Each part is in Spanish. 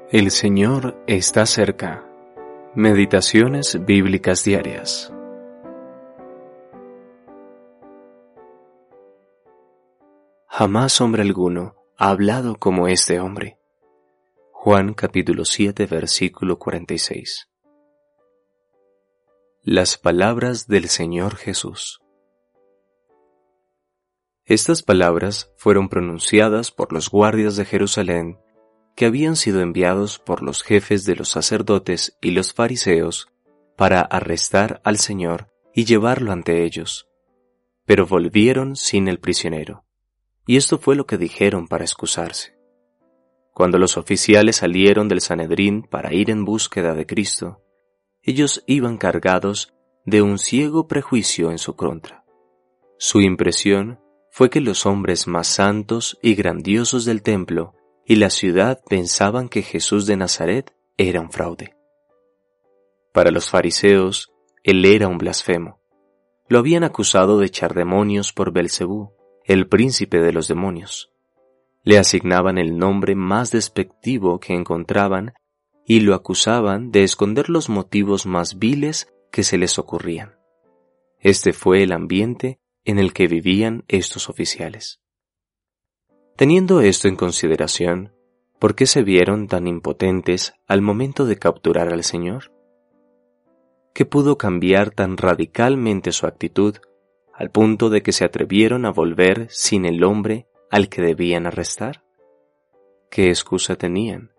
El Señor está cerca. Meditaciones bíblicas diarias. Jamás hombre alguno ha hablado como este hombre. Juan capítulo 7, versículo 46. Las palabras del Señor Jesús. Estas palabras fueron pronunciadas por los guardias de Jerusalén que habían sido enviados por los jefes de los sacerdotes y los fariseos para arrestar al Señor y llevarlo ante ellos. Pero volvieron sin el prisionero, y esto fue lo que dijeron para excusarse. Cuando los oficiales salieron del Sanedrín para ir en búsqueda de Cristo, ellos iban cargados de un ciego prejuicio en su contra. Su impresión fue que los hombres más santos y grandiosos del templo y la ciudad pensaban que Jesús de Nazaret era un fraude. Para los fariseos, él era un blasfemo. Lo habían acusado de echar demonios por Belcebú, el príncipe de los demonios. Le asignaban el nombre más despectivo que encontraban y lo acusaban de esconder los motivos más viles que se les ocurrían. Este fue el ambiente en el que vivían estos oficiales. Teniendo esto en consideración, ¿por qué se vieron tan impotentes al momento de capturar al Señor? ¿Qué pudo cambiar tan radicalmente su actitud al punto de que se atrevieron a volver sin el hombre al que debían arrestar? ¿Qué excusa tenían?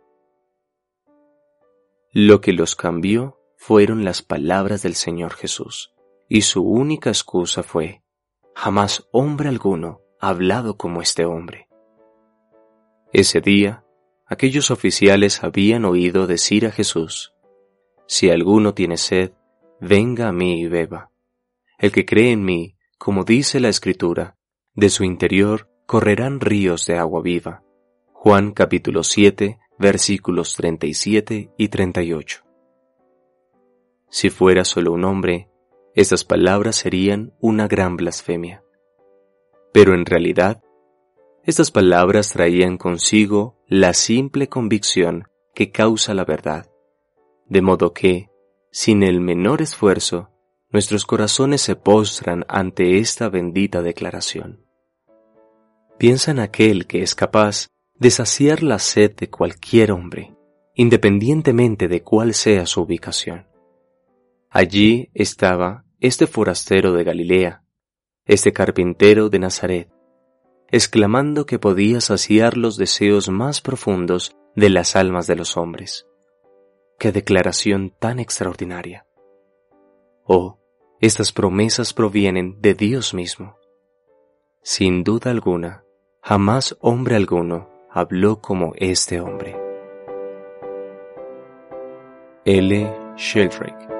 Lo que los cambió fueron las palabras del Señor Jesús, y su única excusa fue: jamás hombre alguno ha hablado como este hombre. Ese día, aquellos oficiales habían oído decir a Jesús: si alguno tiene sed, venga a mí y beba. El que cree en mí, como dice la Escritura, de su interior correrán ríos de agua viva. Juan capítulo 7, versículos 37 y 38. Si fuera solo un hombre, estas palabras serían una gran blasfemia. Pero en realidad, estas palabras traían consigo la simple convicción que causa la verdad, de modo que, sin el menor esfuerzo, nuestros corazones se postran ante esta bendita declaración. Piensa en aquel que es capaz de saciar la sed de cualquier hombre, independientemente de cuál sea su ubicación. Allí estaba este forastero de Galilea, este carpintero de Nazaret, exclamando que podía saciar los deseos más profundos de las almas de los hombres. ¡Qué declaración tan extraordinaria! Oh, estas promesas provienen de Dios mismo. Sin duda alguna, jamás hombre alguno habló como este hombre. L. Sheldrake.